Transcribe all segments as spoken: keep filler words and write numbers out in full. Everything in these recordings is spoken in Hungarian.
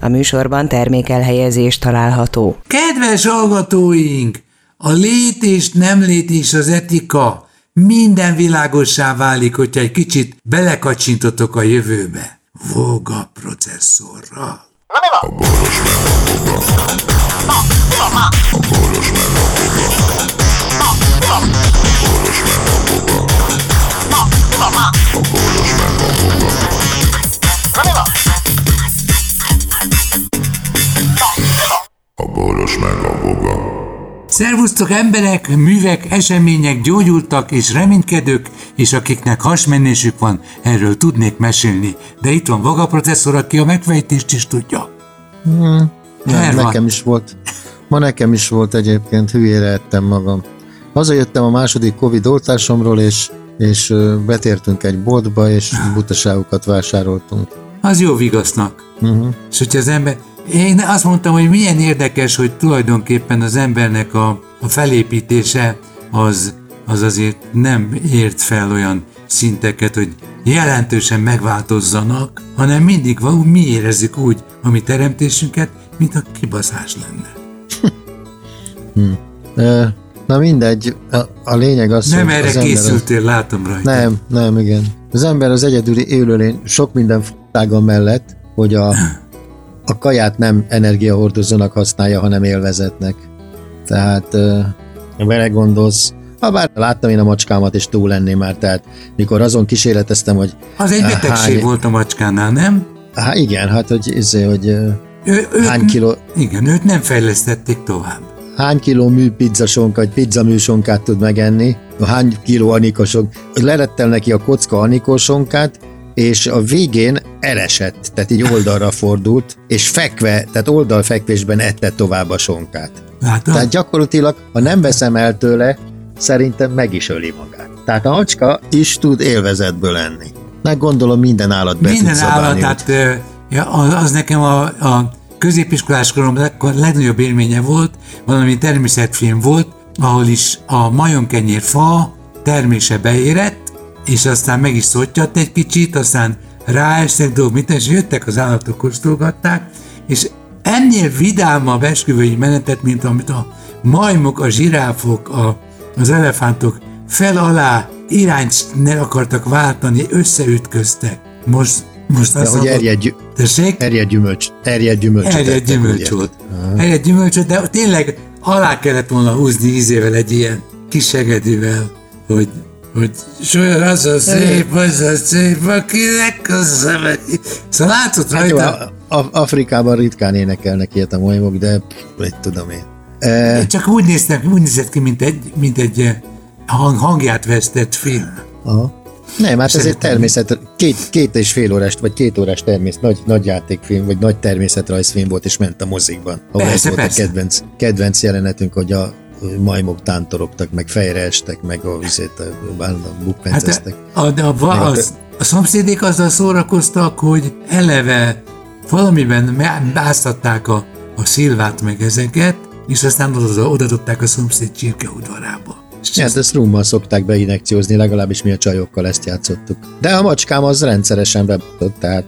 A műsorban termékelhelyezés található. Kedves hallgatóink! A lét és nem lét és az etika minden világossá válik, hogyha egy kicsit belekacsintotok a jövőbe. Voga processzorral. Na mi van? A boros meg a boga. Na, mi van már? A boros meg a boga. Na, mi van? A boros meg a boga. Na, mi van már? A boros meg a boga. Na mi van? Na, mi van? A boros meg a boga. Szervusztok emberek, művek, események, gyógyultak és reménykedők, és akiknek hasmenésük van, erről tudnék mesélni. De itt van Voga processzor, aki a megfejtést is tudja. Hmm, nem, nekem is volt. Ma nekem is volt egyébként, hülyére ettem magam. Hazajöttem a második Covid oltásomról, és, és betértünk egy boltba, és butaságokat vásároltunk. Az jó vigasznak. Uh-huh. És hogyha az ember... Én azt mondtam, hogy milyen érdekes, hogy tulajdonképpen az embernek a, a felépítése az, az azért nem ért fel olyan szinteket, hogy jelentősen megváltozzanak, hanem mindig van, mi érezzük úgy a mi teremtésünket, mint a kibaszás lenne. hmm. Na mindegy, a, a lényeg az, nem hogy erre az készültél, az... látom rajta. Nem, nem, igen. Az ember az egyedüli élőlény sok minden f***ága mellett, hogy a a kaját nem energiahordozónak használja, hanem élvezetnek. Tehát uh, vele gondolsz, ha bár láttam én a macskámat, és túl lenni már, tehát mikor azon kísérleteztem, hogy... Az egy betegség hány... volt a macskánál, nem? Há, igen, hát, hogy, izé, hogy ő, hány őt, kiló... Igen, őt nem fejlesztették tovább. Hány kiló mű pizzasonka, vagy pizzaműsonkát tud megenni, hány kiló anikosonk, lerettem neki a kocka anikósonkát, és a végén elesett, tehát így oldalra fordult, és fekve, tehát oldalfekvésben ette tovább a sonkát. Látod? Tehát gyakorlatilag, ha nem veszem el tőle, szerintem meg is öli magát. Tehát a macska is tud élvezetből lenni. Meg gondolom minden állat be minden tud szabálni. Minden állat, tehát ja, az nekem a, a középiskolás korom legnagyobb élménye volt, valami természetfilm volt, ahol is a majomkenyér fa termése beérett, és aztán meg is szottyant egy kicsit, aztán ráestek dolgok, mint és jöttek az állatok, kóstolgatták, és ennél vidámabb esküvői menetet, mint amit a majmok, a zsiráfok, a, az elefántok fel-alá irányt ne akartak váltani, összeütköztek. Most, most azt mondod, erjed, gy- erjed gyümölcs, erjed gyümölcsöt. Erjed gyümölcsöt. Erjed gyümölcsöt, de tényleg alá kellett volna húzni ízével egy ilyen kis segedűvel, hogy hogy solyom az a szép, az a szép, akinek a szemek. Szóval látszott rajta. Hát jó, Afrikában ritkán énekelnek ilyet a majmok, de egy tudom én. E... Csak úgy néztek, úgy nézett ki, mint egy, mint egy hang, hangját vesztett film. Aha. Nem, hát ez egy természet, két, két és fél órás, vagy két órás természet, nagy, nagy játékfilm, vagy nagy természetrajzfilm volt, és ment a mozikban. Ahol persze, ez volt persze. a kedvenc, kedvenc jelenetünk, hogy a majmok tántorogtak, meg fejre estek, meg a vizét, a bukpenceztek. Hát a, a, a, a, a szomszédék azzal szórakoztak, hogy eleve valamiben áztatták a, a szilvát meg ezeket, és aztán oda, oda dobták a szomszéd csirkeudvarába. Hát ezt rummal szokták beinekciózni, legalábbis mi a csajokkal ezt játszottuk. De a macskám az rendszeresen bebújtott, tehát...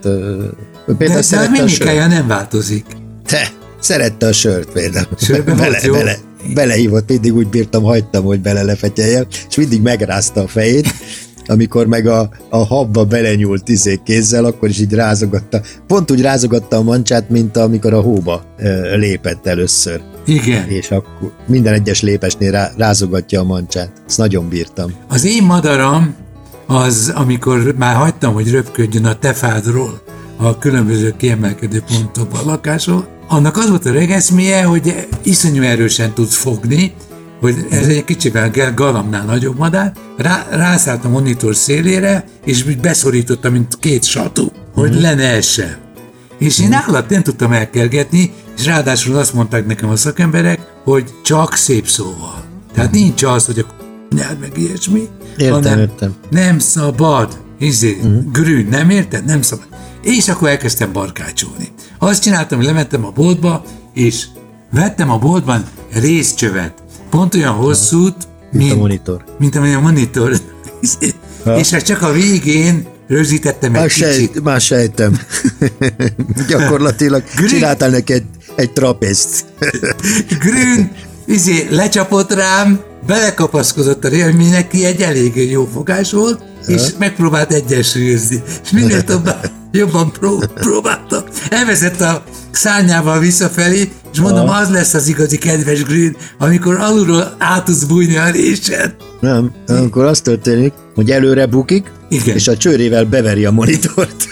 De, de a mimikája nem változik. Te, szerette a sört például. Sörbe bele, volt jó? Bele, belehívott, mindig úgy bírtam, hagytam, hogy bele lefetyeljem, és mindig megrázta a fejét, amikor meg a, a habba belenyúlt izé kézzel, akkor is így rázogatta. Pont úgy rázogatta a mancsát, mint amikor a hóba ö, lépett először. Igen. És akkor minden egyes lépésnél rá, rázogatja a mancsát. Ezt nagyon bírtam. Az én madaram, az, amikor már hagytam, hogy röpködjön a tefádról a különböző kiemelkedő pontokban a lakásról, annak az volt a regeszméje, hogy iszonyú erősen tudsz fogni, hogy ez egy kicsivel galamnál nagyobb madár, rá, rászállt a monitor szélére, és beszorította, mint két satú, hogy mm. le ne essen. És én állat nem tudtam elkergetni, és ráadásul azt mondták nekem a szakemberek, hogy csak szép szóval. Tehát nincs az, hogy a k***nyád meg ilyesmi, értem, hanem értem. nem szabad, izé, mm. grün, nem érted? Nem szabad. És akkor elkezdtem barkácsolni. Azt csináltam, hogy lementem a boltba, és vettem a boltban részcsövet. Pont olyan hosszút, mint, mint a monitor. Mint a monitor. És csak a végén rögzítettem egy Már, kicsit. sejt, már sejtem. Gyakorlatilag Grün. csináltál neki egy, egy trapézt. Grün izé, lecsapott rám, belekapaszkodott a rémén, neki egy elég jó fogás volt, és megpróbált egyensúlyozni. És minél tovább jobban pró- próbálta. Elvezett a szárnyával visszafelé, és mondom, az lesz az igazi kedves Grün, amikor alulról át tudsz bújni a résen. Nem, amikor az történik, hogy előre bukik, Igen. és a csőrével beveri a monitort.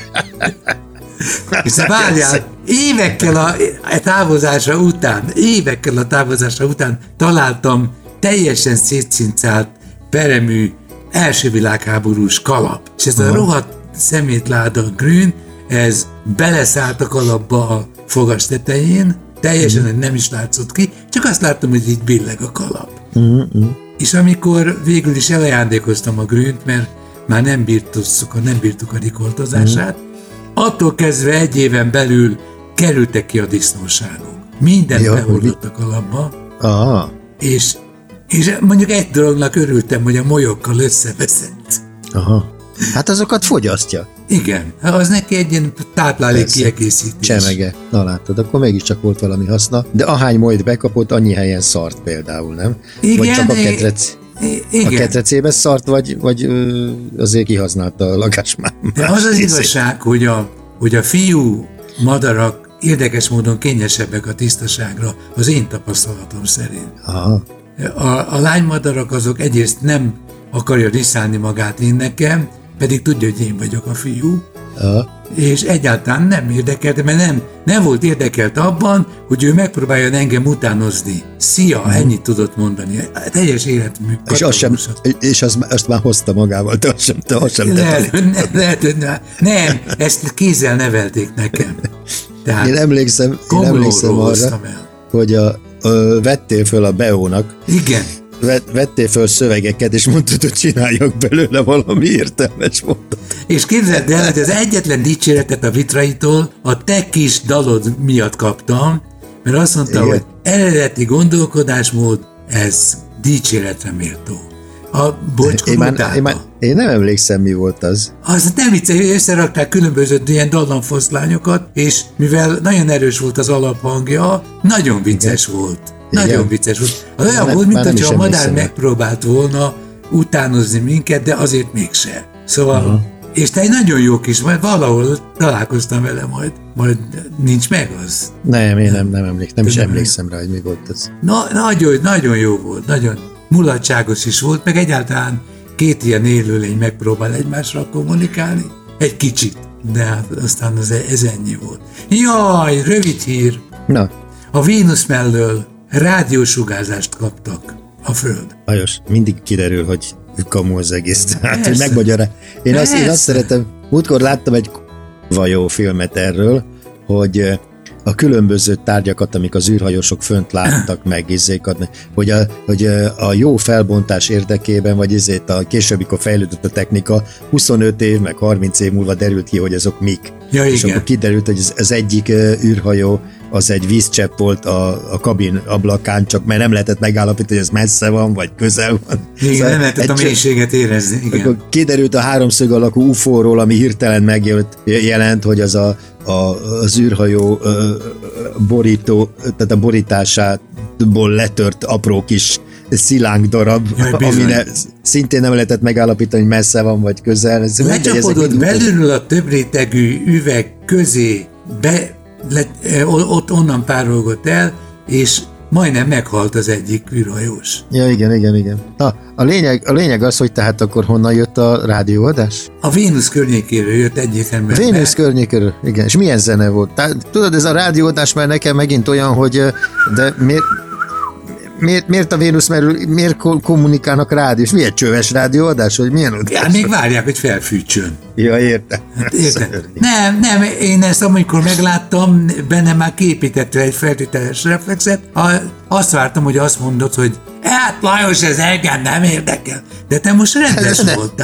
És várjál, évekkel a, a távozása után, évekkel a távozása után találtam teljesen szétszincált peremű első világháborús kalap. És ez a rohadt szemétláda Grün, ez beleszállt a kalapba a fogas tetején, teljesen mm. nem is látszott ki, csak azt láttam, hogy így billeg a kalap. Mm-hmm. És amikor végül is elajándékoztam a Grünt, mert már nem bírtuk, nem bírtuk a rikoltozását, mm. attól kezdve egy éven belül kerültek ki a disznóságok. Mindent ja, beoldott a kalapba, Aha. és, és mondjuk egy dolognak örültem, hogy a molyokkal összeveszett. Aha. Hát azokat fogyasztja. Igen, az neki egy ilyen táplálék kiegészítés. Csemege. Na látod, akkor mégiscsak volt valami haszna, de ahány molyt bekapott, annyi helyen szart például, nem? Igen, vagy csak a ketrec, igen. a ketrecébe szart, vagy, vagy ö, azért kihasználta a lakásmában. De az az igazság, hogy a, hogy a fiú madarak érdekes módon kényesebbek a tisztaságra, az én tapasztalatom szerint. Aha. A, a lánymadarak azok egyrészt nem akarja diszálni magát én nekem, pedig tudja, hogy én vagyok a fiú, Aha. és egyáltalán nem érdekelt, mert nem, nem volt érdekelt abban, hogy ő megpróbáljon engem utánozni. Szia, hmm. ennyit tudott mondani. Teljes életmű. És, azt, sem, és azt, azt már hozta magával, te azt sem, te azt sem lehet, ne, lehet, hogy ne, nem, ezt kézzel nevelték nekem. Tehát én emlékszem, én emlékszem arra, hogy a, a, vettél föl a Beónak. Igen. Vettél föl szövegeket, és mondtad, hogy csináljak belőle valami értelmes mondatot. És képzeld el, hogy az egyetlen dicséretet a Vitraitól a te kis dalod miatt kaptam, mert azt mondta, igen, hogy eredeti gondolkodásmód, ez dicséretre méltó. A Bocskor én, én, már, én nem emlékszem, mi volt az. Az nem vicces, hogy összerakták különböző ilyen dallamfoszlányokat, és mivel nagyon erős volt az alaphangja, nagyon vicces igen. volt. Nagyon igen. vicces volt. Az olyan volt, mint hogyha a madár megpróbált volna utánozni minket, de azért mégse. Szóval, uh-huh. és te egy nagyon jó kis, majd valahol találkoztam vele majd, majd nincs meg az. Nem, én nem, nem emlékszem, nem is emlékszem rá, hogy mi volt az. Na, nagyon, nagyon jó volt, nagyon mulatságos is volt, meg egyáltalán két ilyen élőlény megpróbál egymásra kommunikálni, egy kicsit, de hát aztán az, ez ennyi volt. Jaj, rövid hír. Na. A Vénusz mellől rádiósugárzást kaptak a Föld. Ajos, mindig kiderül, hogy kamu az egész. Tehát, hogy megmagyará. Én azt, én azt szeretem, múltkor láttam egy vajó filmet erről, hogy a különböző tárgyakat, amik az űrhajósok fönt láttak meg, izékat, hogy a, hogy a jó felbontás érdekében, vagy izét a későbbikor fejlődött a technika, huszonöt év, meg harminc év múlva derült ki, hogy azok mik. Ja, és igen. akkor kiderült, hogy az, az egyik űrhajó az egy vízcsepp volt a, a kabin ablakán, csak mert nem lehetett megállapítani, hogy ez messze van, vagy közel van. Igen, szóval nem lehetett a mélységet érezni. Igen. Akkor kiderült a háromszög alakú ufóról, ami hirtelen megjelent, hogy az a, a, az űrhajó ö, borító, tehát a borításából letört apró kis szilánk darab, amire szintén nem lehetett megállapítani, hogy messze van, vagy közel. Lecsapodott belülről a több rétegű üveg közé, be, le, ott onnan párolgott el, és majdnem meghalt az egyik űrhajós. Ja, igen, igen, igen. Na, a lényeg, a lényeg az, hogy tehát akkor honnan jött a rádióadás? A Vénusz környékéről jött egyik ember. Vénusz környékéről, igen. És milyen zene volt? Tehát, tudod, ez a rádióadás már nekem megint olyan, hogy de miért, miért, miért a Vénusz merül, miért kommunikálnak rádiós? Milyen csöves rádióadás? Hogy milyen adás? Ja, még várják, hogy felfűtsön. Ja, értem. Értem. Nem, nem, én ezt amikor megláttam, bennem már képítette egy feltételes reflexet, azt vártam, hogy azt mondod, hogy hát Lajos, ez engem nem érdekel, de te most rendes voltál.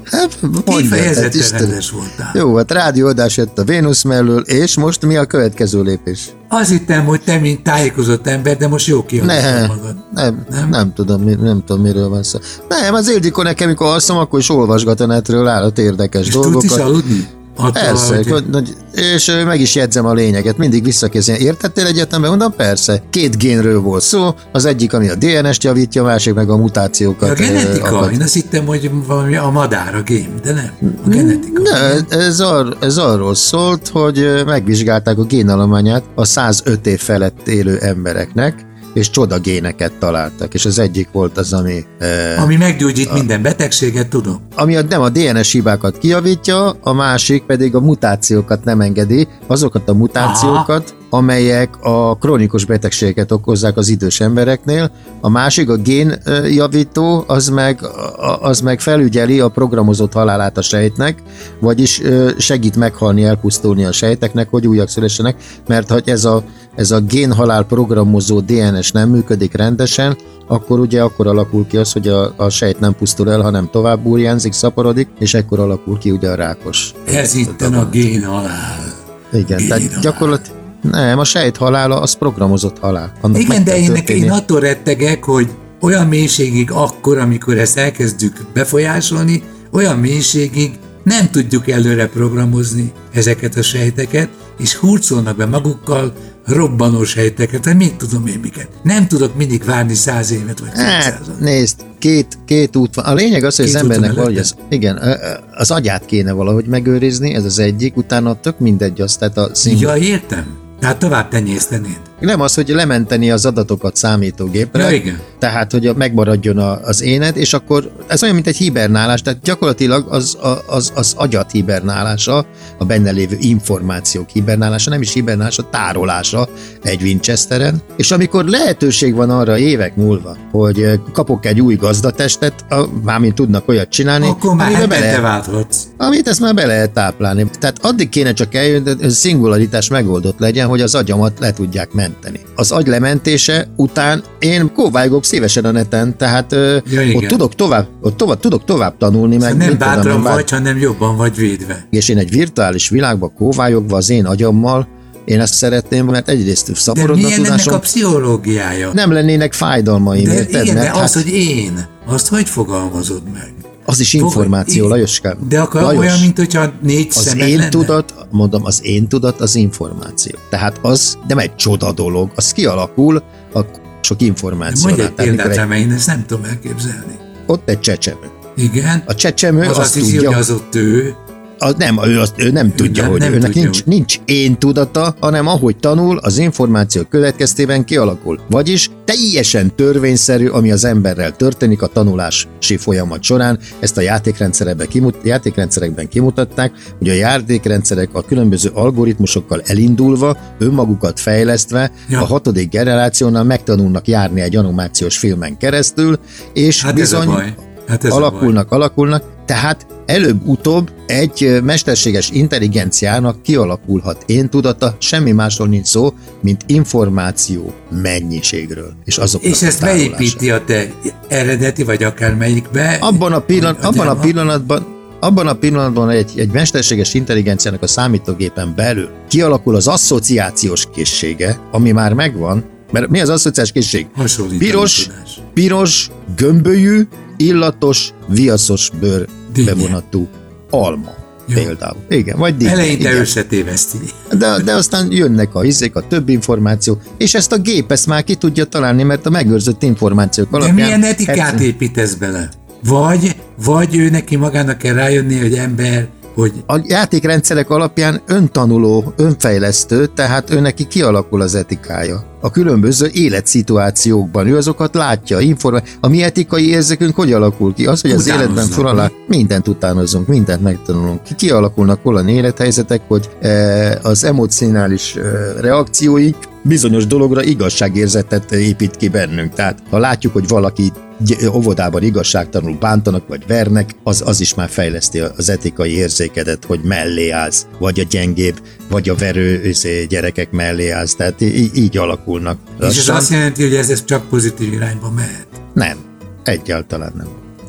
Hát, mondjad, Kifejezetten hát, rendes voltál. Jó, hát rádióadás jött a Vénusz mellől, és most mi a következő lépés? Azt hittem, hogy te, mint tájékozott ember, de most jó kiadod Ne, magad. nem, Nem? nem, tudom, mi- nem tudom, miről van szó. Nem, az Ildikó nekem, amikor alszom, akkor is olvasgat a netről állat érdekes És dolgokat. tudsz is aludni? Attól, Persze, hogy- hogy... hogy, és ö, meg is jegyzem a lényeget, mindig visszakérdezem. Értettél egyetemben? Mondom, persze. Két génről volt szó, az egyik, ami a dé en est javítja, a másik meg a mutációkat. A genetika, ö, akad. én azt hittem, hogy valami a madár a gém, de nem. A genetika. Ne, ez, ar, ez arról szólt, hogy ö, megvizsgálták a génállományát a százöt év felett élő embereknek, és csodagéneket találtak, és az egyik volt az, ami, eh, Ami meggyógyít minden betegséget, tudom. ami a, nem a dé en es hibákat kijavítja, a másik pedig a mutációkat nem engedi, azokat a mutációkat, Aha. amelyek a krónikus betegségeket okozzák az idős embereknél, a másik, a génjavító, az meg, az meg felügyeli a programozott halálát a sejtnek, vagyis ö, segít meghalni, elpusztulni a sejteknek, hogy újak szülessenek, mert hogy ez a, ez a génhalál programozó dé en es nem működik rendesen, akkor ugye akkor alakul ki az, hogy a, a sejt nem pusztul el, hanem tovább burjánzik, szaporodik, és ekkor alakul ki ugye a rákos. Ez itten a génhalál. Igen, Génhalál. tehát gyakorlatilag nem, a sejt halála az programozott halál. Annak Igen, meg de kell én, történni. én attól rettegek, hogy olyan mélységig akkor, amikor ezt elkezdjük befolyásolni, olyan mélységig nem tudjuk előre programozni ezeket a sejteket, és hurcolnak be magukkal robbanó sejteket, hát mit tudom én miket. Nem tudok mindig várni száz évet vagy Hát, kétszázat. nézd, két, két út van. A lényeg az, hogy Két az út van embernek valahogy előtte? az, igen, az agyát kéne valahogy megőrizni, ez az egyik, utána tök mindegy az, tehát a szín... Ja, értem. Tehát tovább tenyésztenéd. Nem az, hogy lementeni az adatokat számítógépre, Ja, igen. tehát, hogy megmaradjon a, az éned, és akkor ez olyan, mint egy hibernálás, tehát gyakorlatilag az, az, az agyat hibernálása, a benne lévő információk hibernálása, nem is hibernálása, tárolása egy Winchesteren, és amikor lehetőség van arra évek múlva, hogy kapok egy új gazdatestet, a, mármint tudnak olyat csinálni, Akkor már amiben hetente bele- válthatsz. amit ezt már be lehet táplálni. Tehát addig kéne csak eljönni, hogy a szingularitás megoldott legyen, hogy az agyamat le tudják menteni. Az agy lementése után én kóvályogok szívesen a neten, tehát ö, Ja, igen. ott tudok tovább, ott tovább, tudok tovább tanulni, meg Szóval nem mit tudom bátran én, bár- vagy, hanem jobban vagy védve. és én egy virtuális világba kóvályogva az én agyammal, én ezt szeretném, mert egyrészt De szaporodna milyen ennek tudásom, a pszichológiája? nem lennének fájdalmaim, De érted? igen, de Mert az, hát hogy én, azt hogy fogalmazod meg? az is információ, Fog- Lajoskám. De akkor Lajos. olyan, mint hogyha négy Az szemed én lenne? tudat, mondom, az én tudat az információ. Tehát az nem egy csoda dolog, az kialakul a sok információ. Mondj egy példát rá, mert én ezt nem tudom elképzelni. Ott egy csecsemő. Igen, A csecsemő az azt, azt hiszi, tudja, hogy az ott ő. az nem, ő, azt, ő nem tudja, nem- hogy nem őnek tudja, nincs, hogy- nincs én tudata, hanem ahogy tanul, az információ következtében kialakul. Vagyis teljesen törvényszerű, ami az emberrel történik a tanulási folyamat során. Ezt a játékrendszerekben, kimut, játékrendszerekben kimutatták, hogy a játékrendszerek a különböző algoritmusokkal elindulva, önmagukat fejlesztve, Ja. a hatodik generációnál megtanulnak járni egy animációs filmen keresztül, és Hát bizony ez a baj. Hát ez alakulnak, alakulnak, tehát előbb-utóbb egy ö, mesterséges intelligenciának kialakulhat én tudata, semmi másról nincs szó, mint információ mennyiségről. És a baj. azoknak És ezt a tárolása. beépíti a te eredeti, vagy akármelyikbe. Abban a, pillan- a abban a gyermek. pillanatban, abban a pillanatban egy, egy mesterséges intelligenciának a számítógépen belül kialakul az asszociációs készsége, ami már megvan, mert mi az asszociációs készség? Hasonlítani Piros, tudás. piros, gömbölyű, illatos, viaszos bőr Dinnye. bevonatú alma. Jó. Például. Igen, vagy dinnye, Eleinte igen. ő se téveszti. De, de aztán jönnek a izék, a több információ, és ezt a gép ezt már ki tudja találni, mert a megőrzött információk De alapján... milyen etikát Hát- építesz bele? Vagy, vagy ő neki magának kell rájönni, hogy ember, hogy A játékrendszerek alapján öntanuló, önfejlesztő, tehát ő neki kialakul az etikája. A különböző életszituációkban ő azokat látja, informál. A mi etikai érzékünk hogy alakul ki? Az, hogy az Utánoznak, életben forralá, mindent utánozunk, mindent megtanulunk. Ki- Kialakulnak olyan élethelyzetek, hogy e, az emocionális e, reakcióink bizonyos dologra igazságérzetet épít ki bennünk. Tehát ha látjuk, hogy valaki gy- óvodában igazságtalanul bántanak, vagy vernek, az, az is már fejleszti az etikai érzékedet, hogy mellé állsz, vagy a gyengébb, vagy a verő izé, gyerekek mellé állsz. Tehát í- így alakulnak. és ez Lassan- azt jelenti, hogy ez, ez csak pozitív irányba mehet. Nem, egyáltalán nem.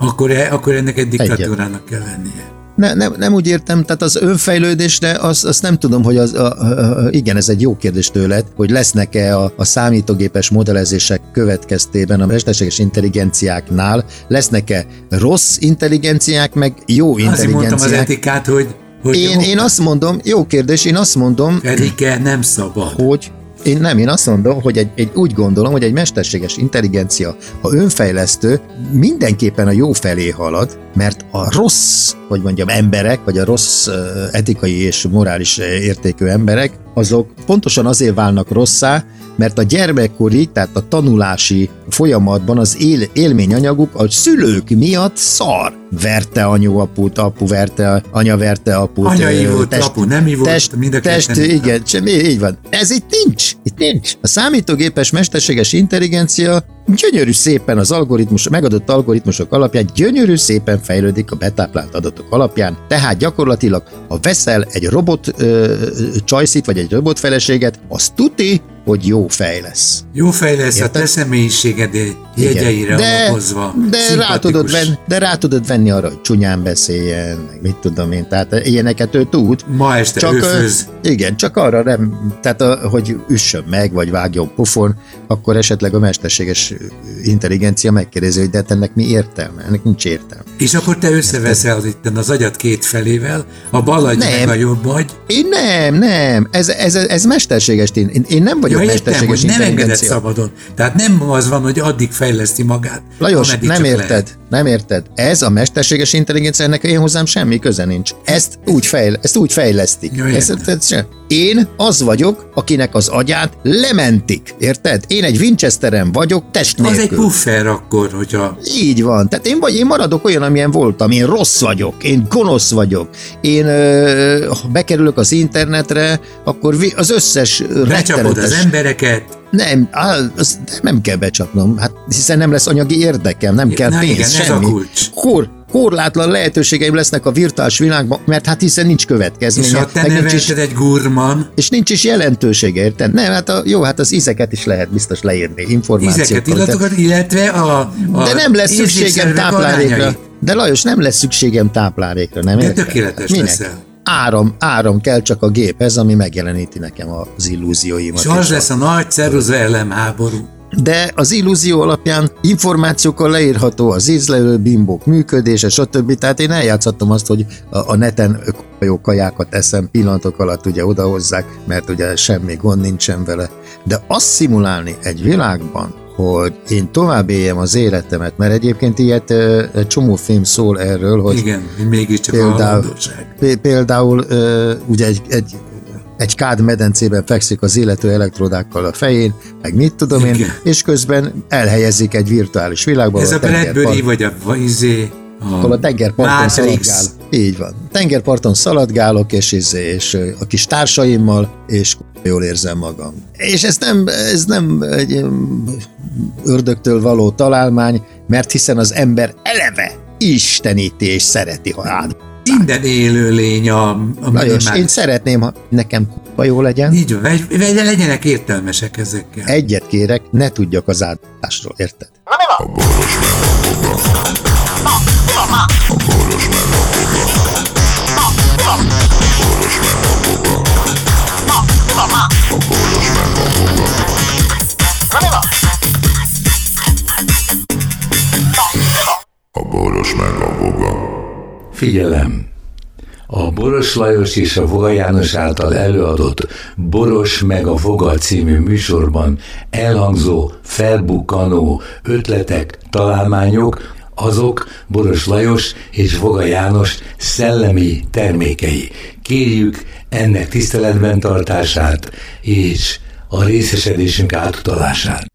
Akkor, e, akkor ennek egy diktatúrának kell lennie. Ne, nem, nem úgy értem, tehát az önfejlődésre azt, azt nem tudom, hogy az, a, a, a, igen, ez egy jó kérdés tőled, hogy lesznek-e a, a számítógépes modellezések következtében a mesterséges intelligenciáknál, lesznek-e rossz intelligenciák, meg jó intelligenciák. Azért mondtam az etikát, hogy... hogy én, én azt mondom, jó kérdés, én azt mondom... Etike nem szabad. Hogy... Én nem, én azt mondom, hogy egy, egy, úgy gondolom, hogy egy mesterséges intelligencia, ha önfejlesztő, mindenképpen a jó felé halad, mert a rossz, hogy mondjam, emberek, vagy a rossz uh, etikai és morális értékű emberek, azok pontosan azért válnak rosszá, mert a gyermekkori, tehát a tanulási folyamatban az él, élményanyaguk a szülők miatt szar. Verte anyu aput, apu verte, anya verte aput. Anya ivott, test, apu nem ivott, test, mind a test, igen, semmi, így van. Ez itt nincs, itt nincs. A számítógépes mesterséges intelligencia gyönyörű szépen az algoritmus, megadott algoritmusok alapján gyönyörű szépen fejlődik a betáplált adatok alapján, tehát gyakorlatilag, ha veszel egy robot ö, csajszit, vagy egy robot feleséget, az tuti, hogy jó fej lesz. Jó fej lesz. Érted? A te személyiséged jegyeire de, alapozva. De rá, tudod venni, de rá tudod venni arra, hogy csúnyán beszéljen, meg mit tudom én, tehát ilyeneket ő tud. Ma este csak, őföz. Igen, csak arra nem, tehát a, hogy üssön meg, vagy vágjon pofon, akkor esetleg a mesterséges intelligencia megkérdezi, hogy de hát ennek mi értelme? Ennek nincs értelme. És akkor te összeveszel itt az agyat két felével, a bal agy meg a jobb agy. Én nem, nem, ez, ez, ez mesterséges, én, én nem vagyok ja, mesterséges értem, hogy nem engedett intelligencia. szabadon. Tehát nem az van, hogy addig fejleszti magát. Lajos, nem érted, lehet. nem érted. Ez a mesterséges intelligencia, ennek én hozzám semmi köze nincs. Ezt úgy, fejl, ezt úgy fejlesztik. Ja, ezt, ezt, én az vagyok, akinek az agyát lementik, érted? Én egy Winchesteren vagyok, test nélkül. Az egy puffer akkor, hogyha... Így van. Tehát én, vagy, én maradok olyan, amilyen voltam. Én rossz vagyok, én gonosz vagyok. Én ö, ha bekerülök az internetre, akkor az összes becsapod az embereket. Nem, az nem kell becsapnom, hát hiszen nem lesz anyagi érdekem, nem kell Na pénz, igen, semmi. ez a kulcs. Kor, korlátlan lehetőségeim lesznek a virtuális világban, mert hát hiszen nincs következménye. És ha te nevelted egy gurman. És nincs is jelentősége, érted? Nem, hát a, jó, hát az ízeket is lehet biztos leírni, információkat. Ízeket, illatokat, illetve a, a de nem lesz szükségem táplálékra. Arányai. De Lajos, nem lesz szükségem táplálékra, nem érted? De tökéletes Minek? leszel. Áram, áram kell csak a géphez, ami megjeleníti nekem az illúzióimat. És az lesz a nagy ceruza elem háború. De az illúzió alapján információkkal leírható az ízlelő bimbók működése, stb. Tehát én eljátszhattam azt, hogy a, a neten jó kajákat eszem, pillanatok alatt ugye odahozzák, mert ugye semmi gond nincsen vele. De azt szimulálni egy világban, hogy én tovább éljem az életemet, mert egyébként ilyet egy csomó film szól erről, hogy igen, mégiscsak például, a halandóság. Például ugye egy, egy egy kád medencében fekszik az illető elektrodákkal a fején, meg mit tudom én, igen. És közben elhelyezik egy virtuális világba. Ez a, a Bradbury vagy a izé, a, a tengerparton szaladgál. Így van. Tengerparton szaladgálok, és, és a kis társaimmal, és jól érzem magam. És ez nem, ez nem egy ördögtől való találmány, mert hiszen az ember eleve isteníti és szereti, ha át. Minden élő lény a, a Lajos, én szeretném, ha nekem kurva jó legyen. Így van, vagy, vagy legyenek értelmesek ezekkel. Egyet kérek, ne tudjak az áldásról, érted? A boros megapodnak. A boros megapodnak. A boros megapodnak. A boros megapodnak. A boros megapodnak. Figyelem! A Boros Lajos és a Voga János által előadott Boros meg a Voga című műsorban elhangzó, felbukkanó ötletek, találmányok, azok Boros Lajos és Voga János szellemi termékei. Kérjük ennek tiszteletben tartását és a részesedésünk átutalását.